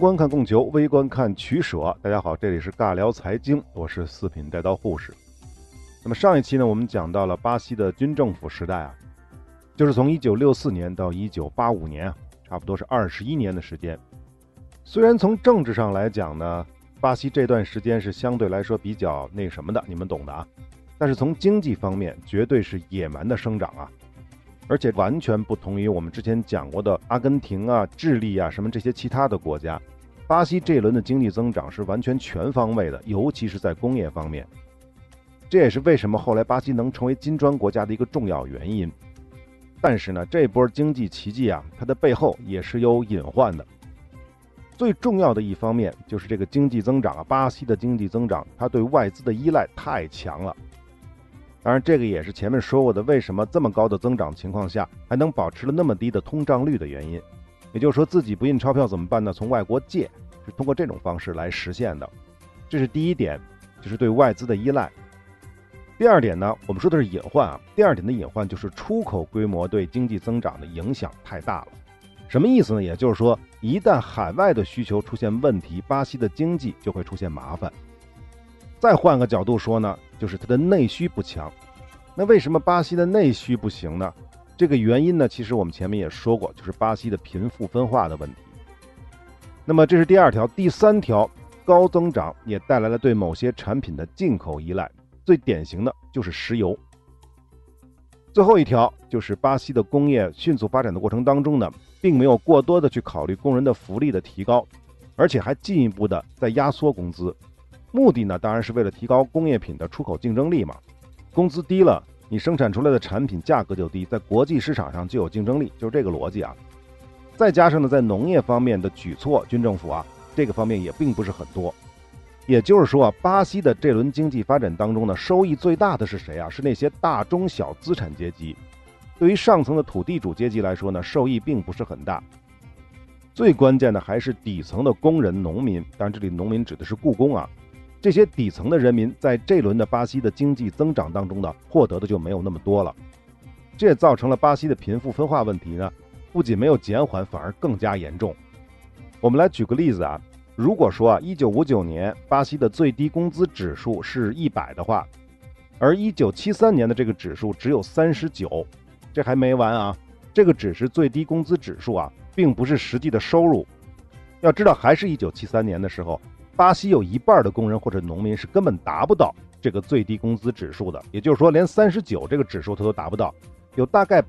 观看供求，微观看取舍。大家好，这里是尬聊财经，我是四品带刀护士。那么上一期呢，我们讲到了巴西的军政府时代啊，就是从1964年到1985年啊，差不多是21年的时间。虽然从政治上来讲呢，巴西这段时间是相对来说比较那什么的，你们懂的啊。但是从经济方面，绝对是野蛮的生长啊。而且完全不同于我们之前讲过的阿根廷啊、智利啊什么这些其他的国家，巴西这一轮的经济增长是完全全方位的，尤其是在工业方面。这也是为什么后来巴西能成为金砖国家的一个重要原因。但是呢，这波经济奇迹啊，它的背后也是有隐患的。最重要的一方面就是这个经济增长啊，巴西的经济增长，它对外资的依赖太强了。当然这个也是前面说过的，为什么这么高的增长情况下还能保持了那么低的通胀率的原因。也就是说，自己不印钞票怎么办呢？从外国借，是通过这种方式来实现的。这是第一点，就是对外资的依赖。第二点呢，我们说的是隐患啊。第二点的隐患就是出口规模对经济增长的影响太大了。什么意思呢？也就是说，一旦海外的需求出现问题，巴西的经济就会出现麻烦。再换个角度说呢，就是它的内需不强。那为什么巴西的内需不行呢？这个原因呢，其实我们前面也说过，就是巴西的贫富分化的问题。那么这是第二条。第三条，高增长也带来了对某些产品的进口依赖，最典型的就是石油。最后一条就是巴西的工业迅速发展的过程当中呢，并没有过多的去考虑工人的福利的提高，而且还进一步的在压缩工资。目的呢，当然是为了提高工业品的出口竞争力嘛。工资低了，你生产出来的产品价格就低，在国际市场上就有竞争力，就是这个逻辑啊。再加上呢，在农业方面的举措，军政府啊，这个方面也并不是很多。也就是说啊，巴西的这轮经济发展当中呢，收益最大的是谁啊？是那些大中小资产阶级。对于上层的土地主阶级来说呢，受益并不是很大。最关键的还是底层的工人、农民，当然这里农民指的是雇工啊。这些底层的人民在这轮的巴西的经济增长当中呢，获得的就没有那么多了。这也造成了巴西的贫富分化问题呢，不仅没有减缓，反而更加严重。我们来举个例子啊，如果说啊，1959年巴西的最低工资指数是100的话，而1973年的这个指数只有39，这还没完啊，这个只是最低工资指数啊，并不是实际的收入。要知道，还是1973年的时候，巴西有一半的工人或者农民是根本达不到这个最低工资指数的，也就是说连39这个指数它都达不到。有大概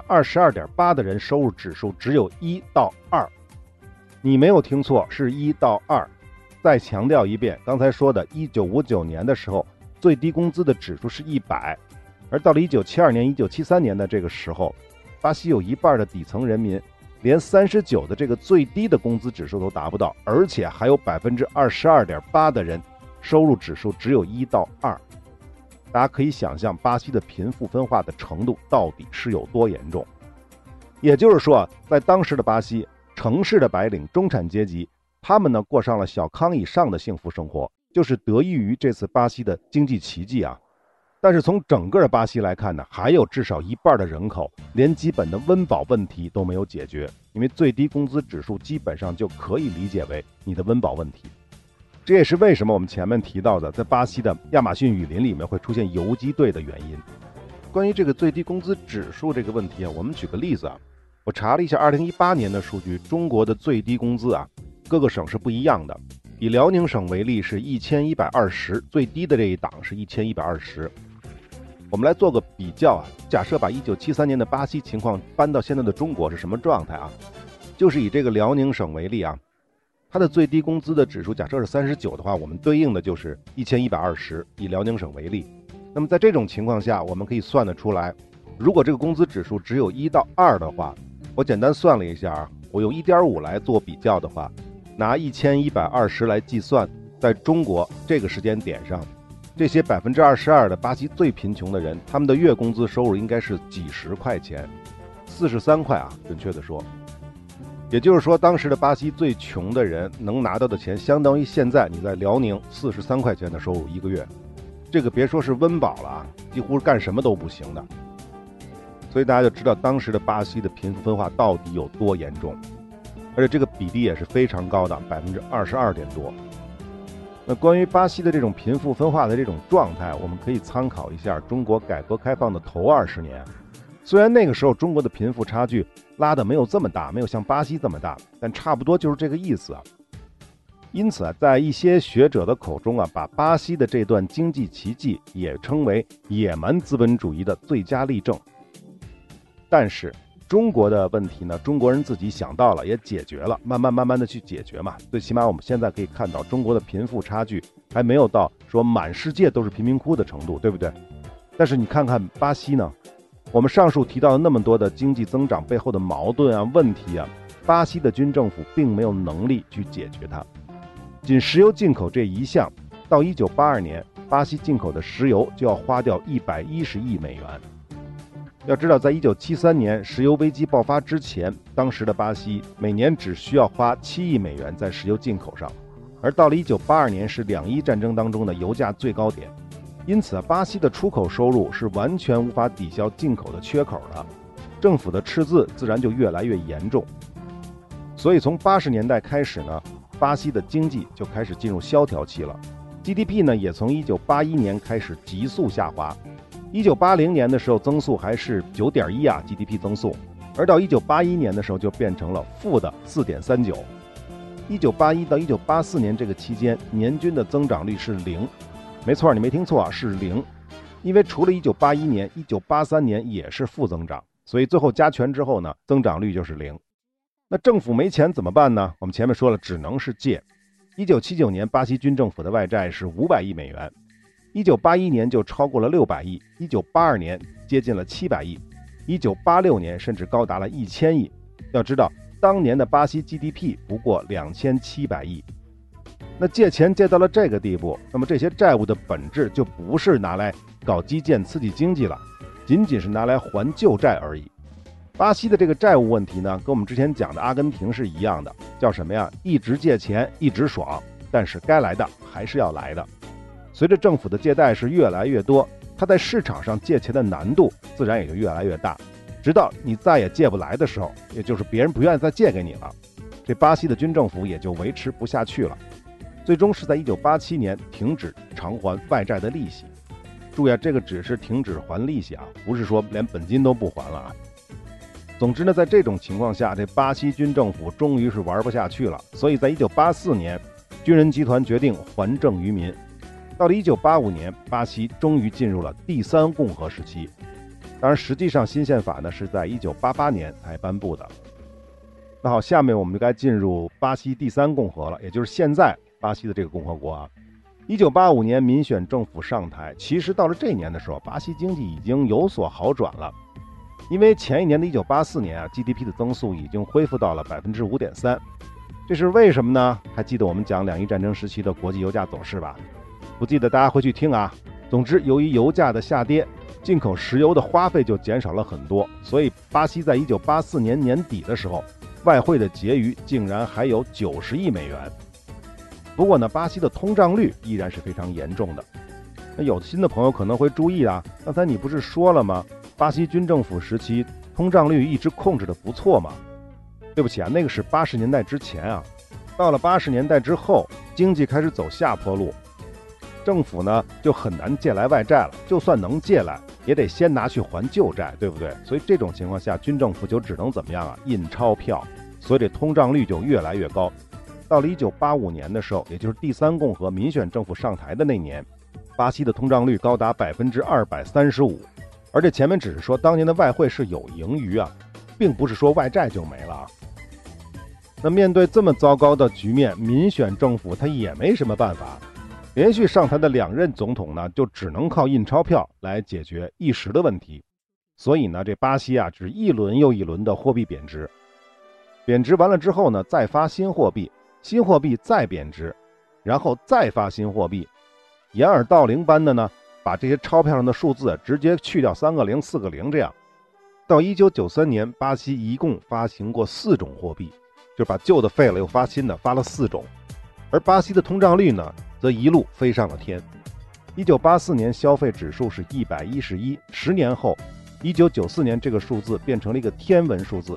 22.8% 的人收入指数只有1到2。你没有听错，是1到2。再强调一遍，刚才说的1959年的时候，最低工资的指数是100，而到了1972年、1973年的这个时候，巴西有一半的底层人民连39的这个最低的工资指数都达不到，而且还有 22.8% 的人收入指数只有1到2。大家可以想象巴西的贫富分化的程度到底是有多严重。也就是说，在当时的巴西，城市的白领中产阶级，他们呢过上了小康以上的幸福生活，就是得益于这次巴西的经济奇迹啊。但是从整个的巴西来看呢，还有至少一半的人口连基本的温饱问题都没有解决，因为最低工资指数基本上就可以理解为你的温饱问题。这也是为什么我们前面提到的，在巴西的亚马逊雨林里面会出现游击队的原因。关于这个最低工资指数这个问题啊，我们举个例子啊，我查了一下2018年的数据，中国的最低工资啊，各个省是不一样的。以辽宁省为例是1120，最低的这一档是1120。我们来做个比较啊，假设把1973年的巴西情况搬到现在的中国是什么状态啊？就是以这个辽宁省为例啊，它的最低工资的指数假设是39的话，我们对应的就是1120，以辽宁省为例。那么在这种情况下，我们可以算得出来，如果这个工资指数只有1到2的话，我简单算了一下，我用 1.5 来做比较的话，拿1120来计算，在中国这个时间点上，这些 22% 的巴西最贫穷的人，他们的月工资收入应该是几十块钱，43块啊，准确的说。也就是说，当时的巴西最穷的人能拿到的钱，相当于现在你在辽宁43块钱的收入一个月。这个别说是温饱了啊，几乎干什么都不行的。所以大家就知道当时的巴西的贫富分化到底有多严重。 而且这个比例也是非常高的22.多%。那关于巴西的这种贫富分化的这种状态，我们可以参考一下中国改革开放的头20年。虽然那个时候中国的贫富差距拉得没有这么大，没有像巴西这么大，但差不多就是这个意思啊。因此啊，在一些学者的口中啊，把巴西的这段经济奇迹也称为野蛮资本主义的最佳例证。但是中国的问题呢，中国人自己想到了，也解决了，慢慢的去解决嘛。最起码我们现在可以看到，中国的贫富差距还没有到说满世界都是贫民窟的程度，对不对？但是你看看巴西呢，我们上述提到的那么多的经济增长背后的矛盾啊、问题啊，巴西的军政府并没有能力去解决它。仅石油进口这一项，到1982年，巴西进口的石油就要花掉110亿美元。要知道，在1973年石油危机爆发之前，当时的巴西每年只需要花7亿美元在石油进口上，而到了1982年是两伊战争当中的油价最高点，因此巴西的出口收入是完全无法抵消进口的缺口的，政府的赤字自然就越来越严重。所以从80年代开始呢，巴西的经济就开始进入萧条期了， GDP 呢也从1981年开始急速下滑。1980年的时候增速还是 9.1 啊 GDP 增速，而到1981年的时候就变成了负的 4.39。 1981到1984年这个期间，年均的增长率是0。没错，你没听错啊，是0。因为除了1981年，1983年也是负增长，所以最后加权之后呢，增长率就是0。那政府没钱怎么办呢？我们前面说了，只能是借。1979年巴西军政府的外债是500亿美元，1981年就超过了600亿，1982年接近了700亿，1986年甚至高达了1000亿。要知道，当年的巴西 GDP 不过2700亿。那借钱借到了这个地步，那么这些债务的本质就不是拿来搞基建刺激经济了，仅仅是拿来还旧债而已。巴西的这个债务问题呢，跟我们之前讲的阿根廷是一样的，叫什么呀？一直借钱，一直爽，但是该来的还是要来的。随着政府的借贷是越来越多，它在市场上借钱的难度自然也就越来越大，直到你再也借不来的时候，也就是别人不愿意再借给你了，这巴西的军政府也就维持不下去了。最终是在1987年停止偿还外债的利息。注意啊，这个只是停止还利息啊，不是说连本金都不还了啊。总之呢，在这种情况下，这巴西军政府终于是玩不下去了，所以在1984年，军人集团决定还政于民。到了1985年，巴西终于进入了第三共和时期。当然，实际上新宪法呢是在1988年才颁布的。那好，下面我们就该进入巴西第三共和了，也就是现在巴西的这个共和国啊。1985年民选政府上台，其实到了这一年的时候，巴西经济已经有所好转了。因为前一年的1984年啊 ，GDP 的增速已经恢复到了 5.3%， 这是为什么呢？还记得我们讲两伊战争时期的国际油价走势吧？不记得大家回去听啊。总之，由于油价的下跌，进口石油的花费就减少了很多，所以巴西在1984年年底的时候，外汇的结余竟然还有90亿美元。不过呢，巴西的通胀率依然是非常严重的。那有新的朋友可能会注意啊，刚才你不是说了吗？巴西军政府时期通胀率一直控制的不错嘛。对不起啊，那个是80年代之前啊。到了80年代之后，经济开始走下坡路，政府呢就很难借来外债了，就算能借来，也得先拿去还旧债，对不对？所以这种情况下，军政府就只能怎么样啊？印钞票，所以这通胀率就越来越高。到了1985年的时候，也就是第三共和民选政府上台的那年，巴西的通胀率高达235%。而且前面只是说当年的外汇是有盈余啊，并不是说外债就没了啊。那面对这么糟糕的局面，民选政府他也没什么办法，连续上台的2任总统呢，就只能靠印钞票来解决一时的问题。所以呢，这巴西啊，只一轮又一轮的货币贬值，贬值完了之后呢，再发新货币，新货币再贬值，然后再发新货币，掩耳盗铃般的呢，把这些钞票上的数字直接去掉3个0、4个0这样。到1993年，巴西一共发行过4种货币，就把旧的废了又发新的，发了4种。而巴西的通胀率呢，则一路飞上了天。1984年消费指数是111，10年后，1994年这个数字变成了一个天文数字，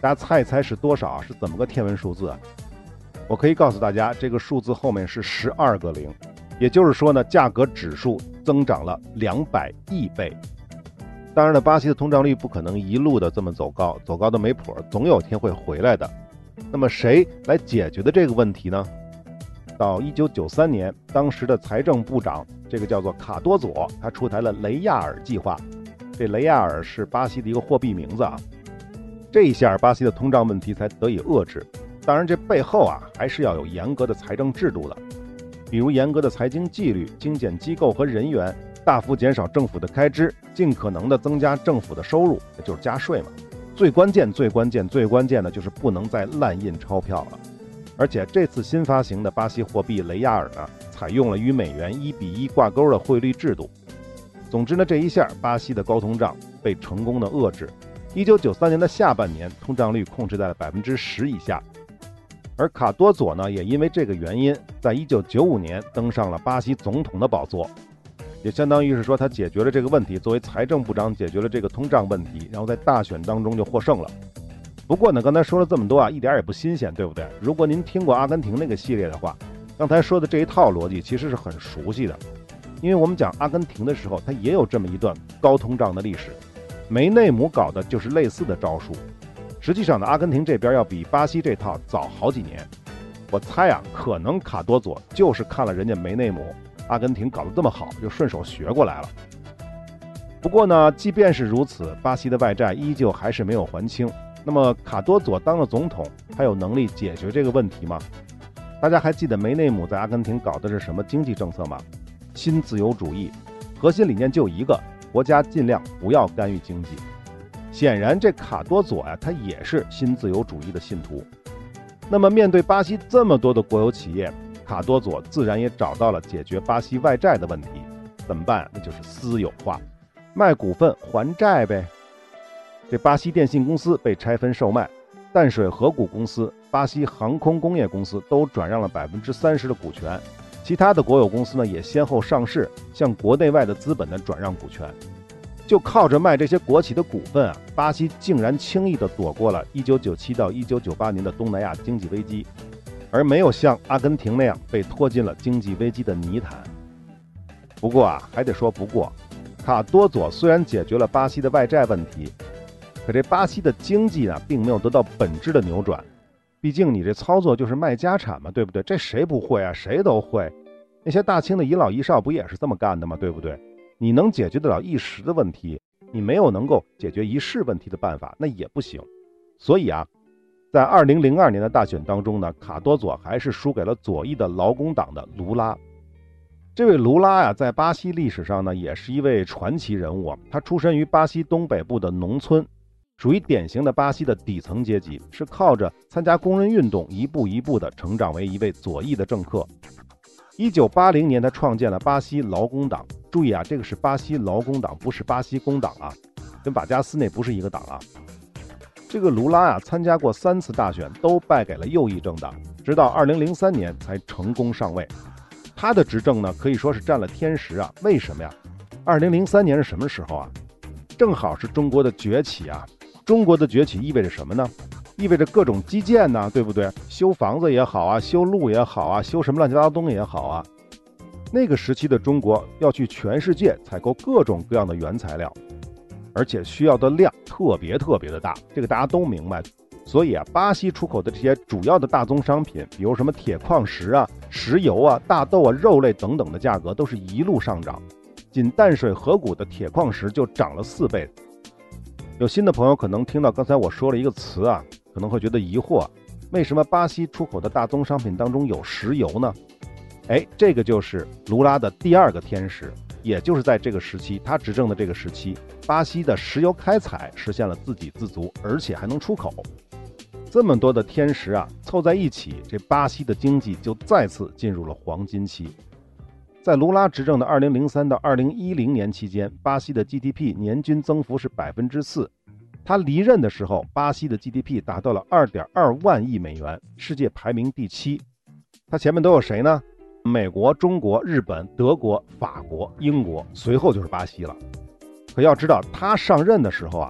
大家猜一猜是多少啊？是怎么个天文数字啊？我可以告诉大家，这个数字后面是12个零，也就是说呢，价格指数增长了200亿倍。当然了，巴西的通胀率不可能一路的这么走高，走高的没谱，总有一天会回来的。那么谁来解决的这个问题呢？到1993年，当时的财政部长，这个叫做卡多佐，他出台了雷亚尔计划。这雷亚尔是巴西的一个货币名字啊。这一下巴西的通胀问题才得以遏制。当然这背后啊还是要有严格的财政制度的，比如严格的财经纪律，精简机构和人员，大幅减少政府的开支，尽可能的增加政府的收入，也就是加税嘛。最关键的就是不能再滥印钞票了。而且这次新发行的巴西货币雷亚尔呢，采用了与美元1:1挂钩的汇率制度。总之呢，这一下巴西的高通胀被成功的遏制。1993年的下半年，通胀率控制在了10%以下。而卡多佐呢，也因为这个原因，在1995年登上了巴西总统的宝座，也相当于是说他解决了这个问题，作为财政部长解决了这个通胀问题，然后在大选当中就获胜了。不过呢，刚才说了这么多啊，一点也不新鲜，对不对？如果您听过阿根廷那个系列的话，刚才说的这一套逻辑其实是很熟悉的，因为我们讲阿根廷的时候，它也有这么一段高通胀的历史，梅内姆搞的就是类似的招数。实际上呢，阿根廷这边要比巴西这套早好几年。我猜啊，可能卡多佐就是看了人家梅内姆阿根廷搞得这么好，就顺手学过来了。不过呢，即便是如此，巴西的外债依旧还是没有还清。那么卡多佐当了总统，还有能力解决这个问题吗？大家还记得梅内姆在阿根廷搞的是什么经济政策吗？新自由主义，核心理念就一个，国家尽量不要干预经济。显然这卡多佐呀，他也是新自由主义的信徒。那么面对巴西这么多的国有企业，卡多佐自然也找到了解决巴西外债的问题。怎么办？那就是私有化，卖股份还债呗。这巴西电信公司被拆分售卖，淡水河谷公司、巴西航空工业公司都转让了30%的股权，其他的国有公司呢也先后上市，向国内外的资本呢转让股权。就靠着卖这些国企的股份啊，巴西竟然轻易地躲过了1997到1998年的东南亚经济危机，而没有像阿根廷那样被拖进了经济危机的泥潭。不过啊，还得说不过，卡多佐虽然解决了巴西的外债问题，可这巴西的经济呢，并没有得到本质的扭转。毕竟你这操作就是卖家产嘛，对不对？这谁不会啊？谁都会。那些大清的遗老遗少不也是这么干的吗？对不对？你能解决得了一时的问题，你没有能够解决一世问题的办法，那也不行。所以啊，在2002年的大选当中呢，卡多佐还是输给了左翼的劳工党的卢拉。这位卢拉呀，在巴西历史上呢，也是一位传奇人物啊。他出身于巴西东北部的农村，属于典型的巴西的底层阶级，是靠着参加工人运动一步一步的成长为一位左翼的政客。1980年，他创建了巴西劳工党。注意啊，这个是巴西劳工党，不是巴西工党啊，跟瓦加斯那不是一个党啊。这个卢拉啊，参加过3次大选，都败给了右翼政党，直到2003年才成功上位。他的执政呢，可以说是占了天时啊。为什么呀？2003年是什么时候啊？正好是中国的崛起啊。中国的崛起意味着什么呢？意味着各种基建呢，对不对？修房子也好啊，修路也好啊，修什么乱七八糟东西也好啊。那个时期的中国要去全世界采购各种各样的原材料，而且需要的量特别的大，这个大家都明白。所以啊，巴西出口的这些主要的大宗商品，比如什么铁矿石啊、石油啊、大豆啊、肉类等等的价格都是一路上涨，仅淡水河谷的铁矿石就涨了4倍。有新的朋友可能听到刚才我说了一个词啊，可能会觉得疑惑，为什么巴西出口的大宗商品当中有石油呢？这个就是卢拉的第2个天时，也就是在这个时期，他执政的这个时期，巴西的石油开采实现了自给自足，而且还能出口。这么多的天时啊，凑在一起，这巴西的经济就再次进入了黄金期。在卢拉执政的2003到2010年期间，巴西的 GDP 年均增幅是4%。他离任的时候，巴西的 GDP 达到了2.2万亿美元，世界排名第7。他前面都有谁呢？美国、中国、日本、德国、法国、英国，随后就是巴西了。可要知道，他上任的时候啊，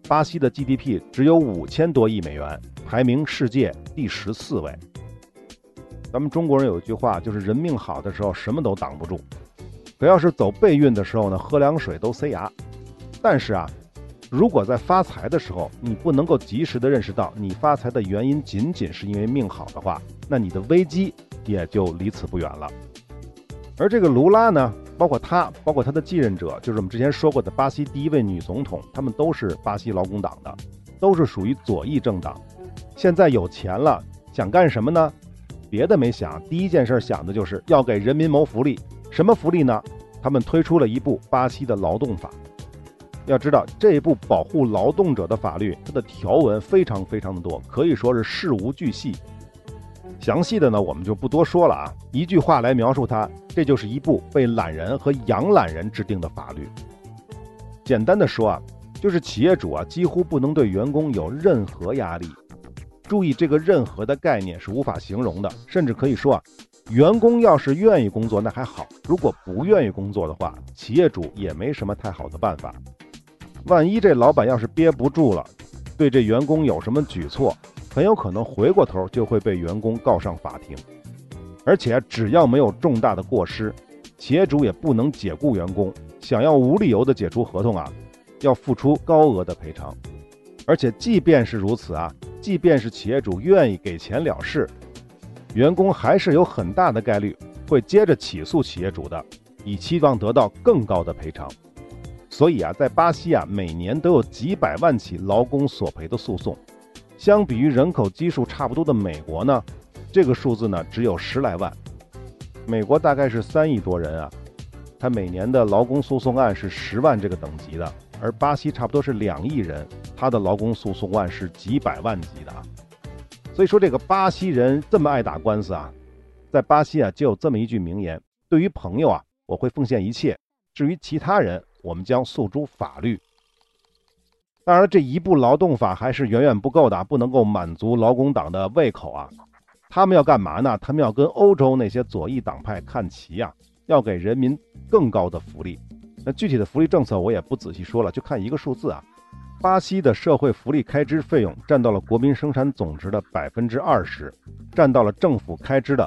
巴西的 GDP 只有5000多亿美元，排名世界第14位。咱们中国人有一句话，就是人命好的时候什么都挡不住，可要是走背运的时候呢，喝凉水都塞牙。但是啊，如果在发财的时候你不能够及时的认识到你发财的原因仅仅是因为命好的话，那你的危机也就离此不远了。而这个卢拉呢，包括他的继任者，就是我们之前说过的巴西第1位女总统，他们都是巴西劳工党的，都是属于左翼政党。现在有钱了，想干什么呢？别的没想，第一件事想的就是要给人民谋福利。什么福利呢？他们推出了一部巴西的劳动法。要知道，这一部保护劳动者的法律，它的条文非常非常的多，可以说是事无巨细。详细的呢，我们就不多说了啊。一句话来描述它，这就是一部为懒人和养懒人制定的法律。简单的说啊，就是企业主啊，几乎不能对员工有任何压力。注意，这个任何的概念是无法形容的，甚至可以说啊，员工要是愿意工作那还好，如果不愿意工作的话，企业主也没什么太好的办法。万一这老板要是憋不住了，对这员工有什么举措，很有可能回过头就会被员工告上法庭。而且只要没有重大的过失，企业主也不能解雇员工，想要无理由的解除合同啊，要付出高额的赔偿。而且即便是如此啊，即便是企业主愿意给钱了事，员工还是有很大的概率会接着起诉企业主的，以期望得到更高的赔偿。所以啊，在巴西啊，每年都有几百万起劳工索赔的诉讼。相比于人口基数差不多的美国呢，这个数字呢只有10来万。美国大概是3亿多人啊，它每年的劳工诉讼案是10万这个等级的，而巴西差不多是2亿人，它的劳工诉讼案是几百万级的啊。所以说这个巴西人这么爱打官司啊，在巴西啊就有这么一句名言：对于朋友啊，我会奉献一切；至于其他人，我们将诉诸法律。当然，这一部劳动法还是远远不够的，不能够满足劳工党的胃口啊。他们要干嘛呢？他们要跟欧洲那些左翼党派看齐啊，要给人民更高的福利。那具体的福利政策我也不仔细说了，就看一个数字啊。巴西的社会福利开支费用占到了国民生产总值的20%，占到了政府开支的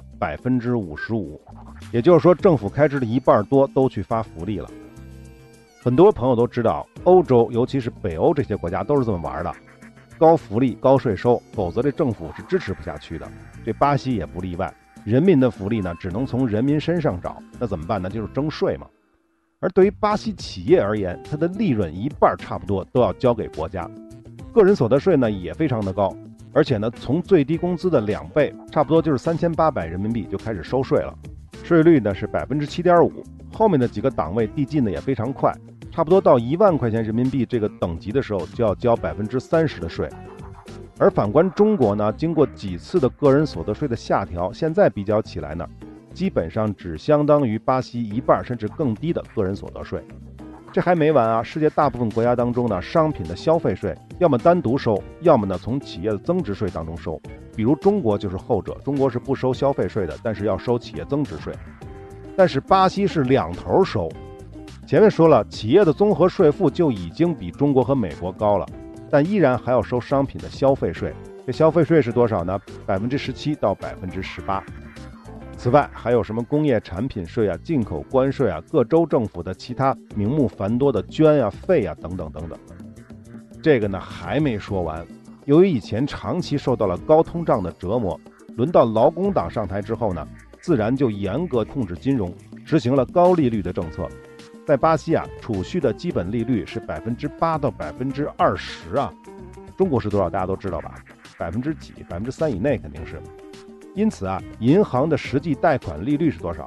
55%。也就是说，政府开支的1半多都去发福利了。很多朋友都知道，欧洲尤其是北欧这些国家都是这么玩的，高福利高税收，否则这政府是支持不下去的。这巴西也不例外，人民的福利呢只能从人民身上找，那怎么办呢？就是征税嘛。而对于巴西企业而言，它的利润1半差不多都要交给国家，个人所得税呢也非常的高，而且呢从最低工资的2倍，差不多就是3800人民币就开始收税了，税率呢是7.5%，后面的几个档位递进的也非常快。差不多到1万块钱人民币这个等级的时候，就要交30%的税。而反观中国呢，经过几次的个人所得税的下调，现在比较起来呢，基本上只相当于巴西1半甚至更低的个人所得税。这还没完啊！世界大部分国家当中呢，商品的消费税要么单独收，要么呢从企业的增值税当中收。比如中国就是后者，中国是不收消费税的，但是要收企业增值税。但是巴西是两头收。前面说了，企业的综合税负就已经比中国和美国高了，但依然还要收商品的消费税。这消费税是多少呢？17%到18%。此外，还有什么工业产品税啊、进口关税啊、各州政府的其他名目繁多的捐啊、费啊等等等等。这个呢还没说完，由于以前长期受到了高通胀的折磨，轮到劳工党上台之后呢，自然就严格控制金融，实行了高利率的政策。在巴西啊，储蓄的基本利率是8%到20%啊，中国是多少大家都知道吧？几%3以内肯定是。因此啊，银行的实际贷款利率是多少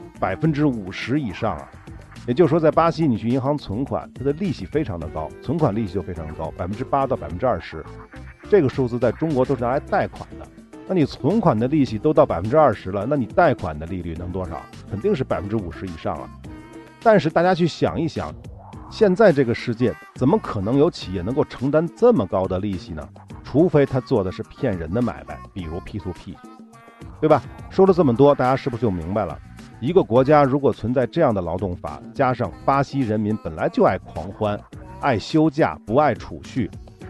？50%以上啊。也就是说，在巴西你去银行存款，它的利息非常的高，存款利息就非常的高，8%到20%。这个数字在中国都是拿来贷款的。那你存款的利息都到20%了，那你贷款的利率能多少？肯定是50%以上了。但是大家去想一想，现在这个世界怎么可能有企业能够承担这么高的利息呢？除非他做的是骗人的买卖，比如 P2P， 对吧？说了这么多，大家是不是就明白了？一个国家如果存在这样的劳动法，加上巴西人民本来就爱狂欢、爱休假、不爱储蓄，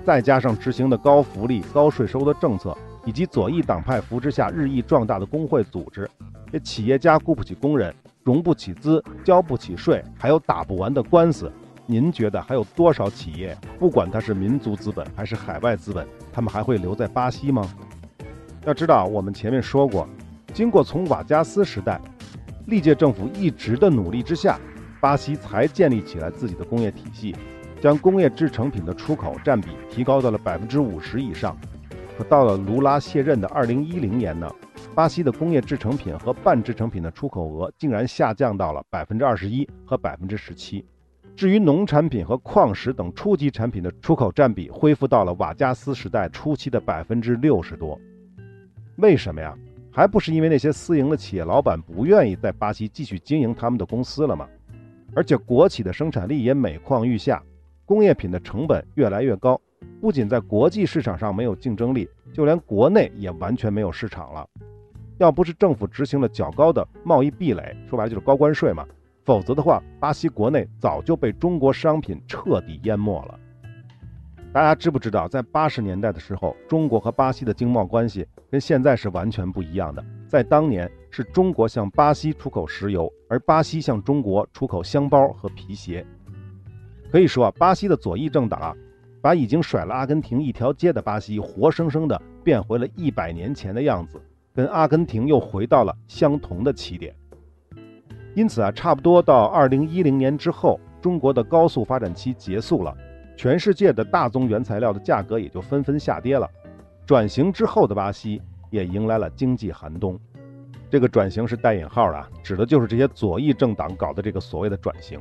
再加上执行的高福利、高税收的政策，以及左翼党派扶持下日益壮大的工会组织，这企业家雇不起工人，融不起资，交不起税，还有打不完的官司。您觉得还有多少企业，不管它是民族资本还是海外资本，他们还会留在巴西吗？要知道，我们前面说过，经过从瓦加斯时代历届政府一直的努力之下，巴西才建立起来自己的工业体系，将工业制成品的出口占比提高到了50%以上。可到了卢拉卸任的2010年呢，巴西的工业制成品和半制成品的出口额竟然下降到了21%和17%。至于农产品和矿石等初级产品的出口占比恢复到了瓦加斯时代初期的60%多。为什么呀？还不是因为那些私营的企业老板不愿意在巴西继续经营他们的公司了吗？而且国企的生产力也每况愈下，工业品的成本越来越高，不仅在国际市场上没有竞争力，就连国内也完全没有市场了。要不是政府执行了较高的贸易壁垒，说白了就是高关税嘛，否则的话，巴西国内早就被中国商品彻底淹没了。大家知不知道，在80年代的时候，中国和巴西的经贸关系跟现在是完全不一样的。在当年，是中国向巴西出口石油，而巴西向中国出口箱包和皮鞋。可以说巴西的左翼政党把已经甩了阿根廷一条街的巴西活生生的变回了100年前的样子，跟阿根廷又回到了相同的起点。因此差不多到2010年之后，中国的高速发展期结束了，全世界的大宗原材料的价格也就纷纷下跌了。转型之后的巴西也迎来了经济寒冬。这个转型是带引号的，指的就是这些左翼政党搞的这个所谓的转型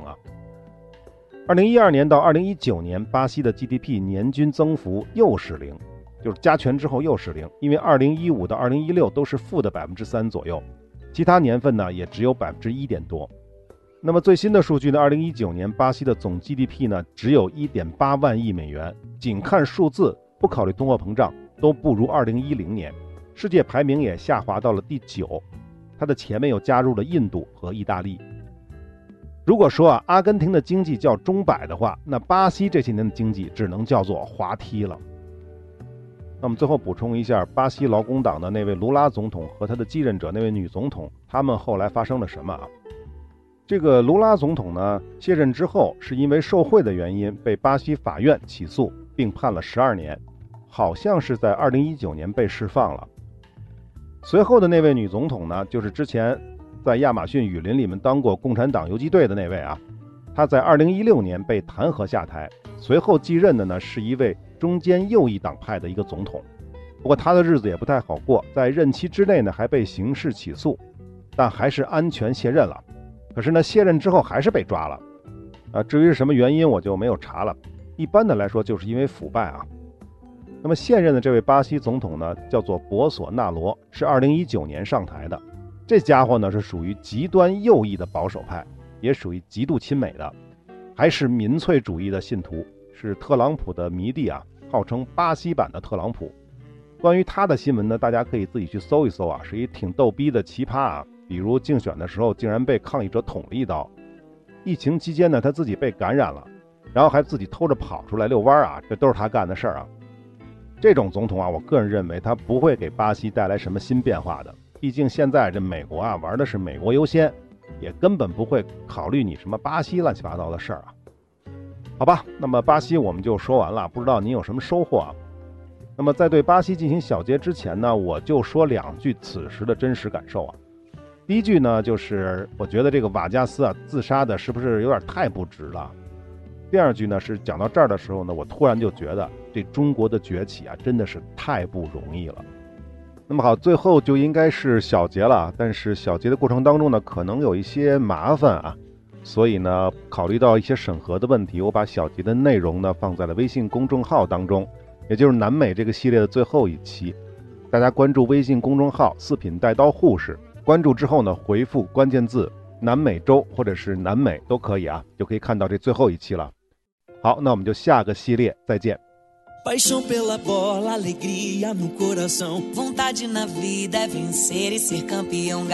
2012年到2019年，巴西的 GDP 年均增幅又是0，就是加权之后又是0，因为2015到2016都是负的3%左右，其他年份呢也只有1%点多。那么最新的数据呢，2019年巴西的总 GDP 呢只有1.8万亿美元，仅看数字，不考虑通货膨胀，都不如2010年，世界排名也下滑到了第9，它的前面又加入了印度和意大利。如果说阿根廷的经济叫钟摆的话，那巴西这些年的经济只能叫做滑梯了。那么最后补充一下，巴西劳工党的那位卢拉总统和他的继任者那位女总统，他们后来发生了什么这个卢拉总统呢，卸任之后是因为受贿的原因被巴西法院起诉，并判了12年，好像是在2019年被释放了。随后的那位女总统呢，就是之前在亚马逊雨林里面当过共产党游击队的那位她在2016年被弹劾下台，随后继任的呢是一位中间右翼党派的一个总统。不过她的日子也不太好过，在任期之内呢还被刑事起诉，但还是安全卸任了。可是呢，卸任之后还是被抓了至于是什么原因我就没有查了，一般的来说就是因为腐败那么现任的这位巴西总统呢，叫做博索纳罗，是2019年上台的。这家伙呢是属于极端右翼的保守派，也属于极度亲美的，还是民粹主义的信徒，是特朗普的迷弟号称巴西版的特朗普。关于他的新闻呢，大家可以自己去搜一搜是一挺逗逼的奇葩比如竞选的时候竟然被抗议者捅了一刀，疫情期间呢他自己被感染了，然后还自己偷着跑出来遛弯这都是他干的事儿这种总统我个人认为他不会给巴西带来什么新变化的，毕竟现在这美国玩的是美国优先，也根本不会考虑你什么巴西乱七八糟的事儿好吧，那么巴西我们就说完了，不知道您有什么收获那么在对巴西进行小结之前呢，我就说2句此时的真实感受第一句呢，就是我觉得这个瓦加斯自杀的是不是有点太不值了。第二句呢，是讲到这儿的时候呢，我突然就觉得这中国的崛起真的是太不容易了。那么好，最后就应该是小结了，但是小结的过程当中呢，可能有一些麻烦所以呢，考虑到一些审核的问题，我把小结的内容呢放在了微信公众号当中，也就是南美这个系列的最后一期。大家关注微信公众号四品带刀护士，关注之后呢，回复关键字南美洲或者是南美都可以就可以看到这最后一期了。好，那我们就下个系列再见。 Paixão pela bola, alegria no coração, vontade na vida é vencer e ser campeão.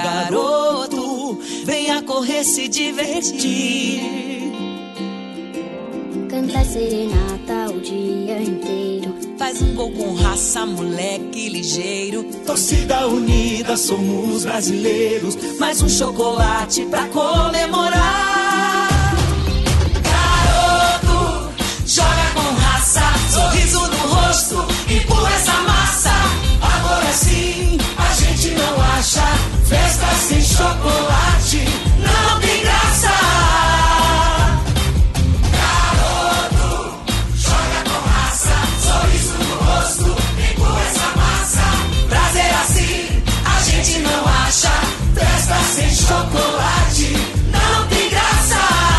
Garoto, venha correr se divertir. Canta serenata o dia inteiro. Faz gol com raça, moleque ligeiro. Torcida unida, somos brasileiros. Mais chocolate pra comemorar. Garoto, joga com raça, sorriso no rosto, empurra essa massa. Agora sim, a gente não acha. Festa sem chocolate não tem graça. Garoto, joga com raça, sorriso no rosto, empurra essa massa. Prazer assim, a gente não acha. Festa sem chocolate não tem graça.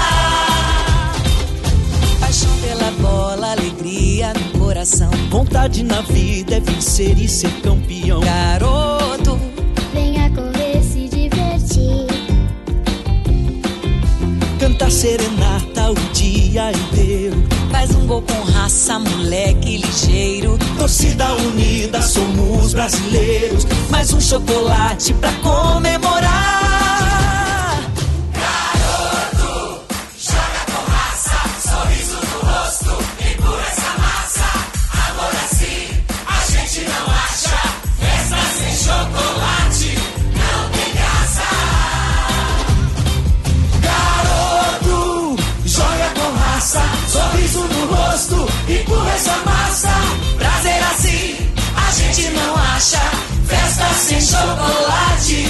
Paixão pela bola, alegria no coração. Vontade na vida é vencer e ser campeão. Garoto, venha correr, se divertir. Cantar serenata o dia inteiro. faz gol com raça, moleque ligeiro. Torcida unida, somos brasileiros. Mais chocolate pra comemorar. Chocolate não tem graça. Garoto, joga com raça, sorriso no rosto, empurra essa massa. Prazer assim, a gente não acha. Festa sem chocolate